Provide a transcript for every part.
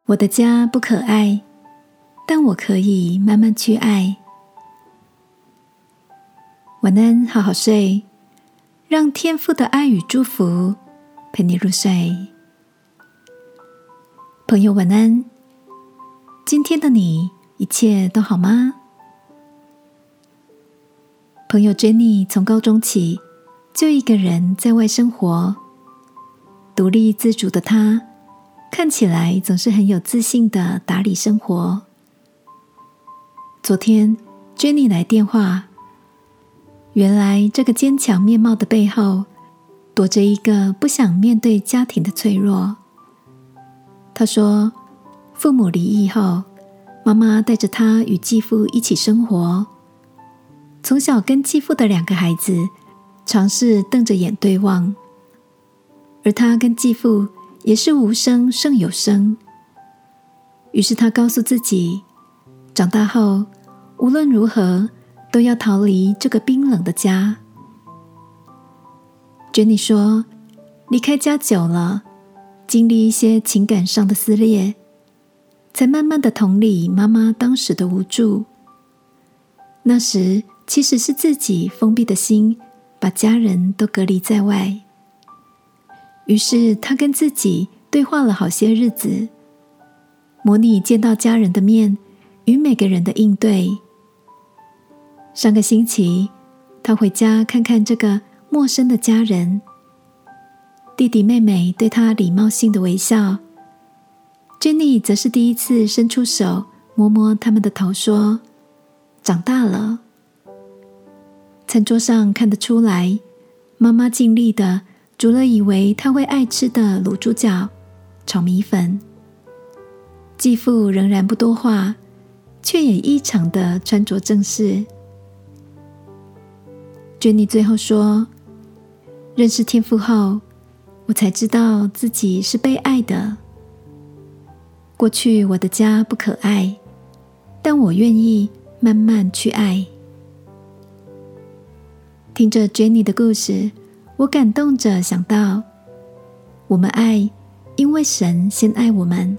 我的家不可爱，但我可以慢慢去爱。晚安，好好睡，让天父的爱与祝福陪你入睡。朋友晚安，今天的你一切都好吗？朋友 Jenny 从高中起就一个人在外生活，独立自主的她看起来总是很有自信地打理生活。昨天 Jenny 来电话，原来这个坚强面貌的背后躲着一个不想面对家庭的脆弱。她说，父母离异后，妈妈带着她与继父一起生活，从小跟继父的2个孩子常是瞪着眼对望，而她跟继父也是无声胜有声。于是他告诉自己，长大后无论如何都要逃离这个冰冷的家。Jenny 说，离开家久了，经历一些情感上的撕裂，才慢慢的同理妈妈当时的无助。那时其实是自己封闭的心把家人都隔离在外。于是他跟自己对话了好些日子，模拟见到家人的面与每个人的应对。上个星期他回家看看这个陌生的家人，弟弟妹妹对他礼貌性的微笑， Jenny 则是第一次伸出手摸摸他们的头，说长大了。餐桌上看得出来，妈妈尽力的煮了以为他会爱吃的卤猪脚、炒米粉。继父仍然不多话，却也异常的穿着正式。Jenny 最后说，认识天父后，我才知道自己是被爱的。过去我的家不可爱，但我愿意慢慢去爱。听着 Jenny 的故事，我感动着想到，我们爱，因为神先爱我们。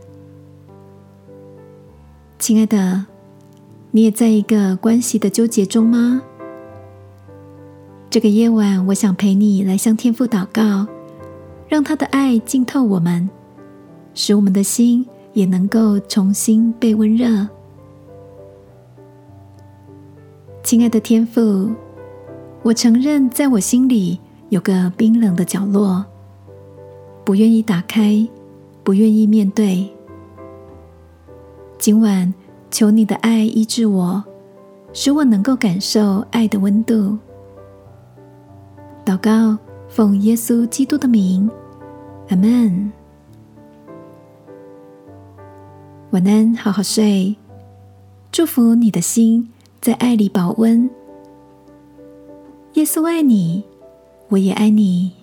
亲爱的，你也在一个关系的纠结中吗？这个夜晚，我想陪你来向天父祷告，让他的爱浸透我们，使我们的心也能够重新被温热。亲爱的天父，我承认在我心里有个冰冷的角落，不愿意打开，不愿意面对。今晚求你的爱医治我，使我能够感受爱的温度。祷告，奉耶稣基督的名，阿们。晚安，好好睡。祝福你的心在爱里保温。耶稣爱你，我也爱你。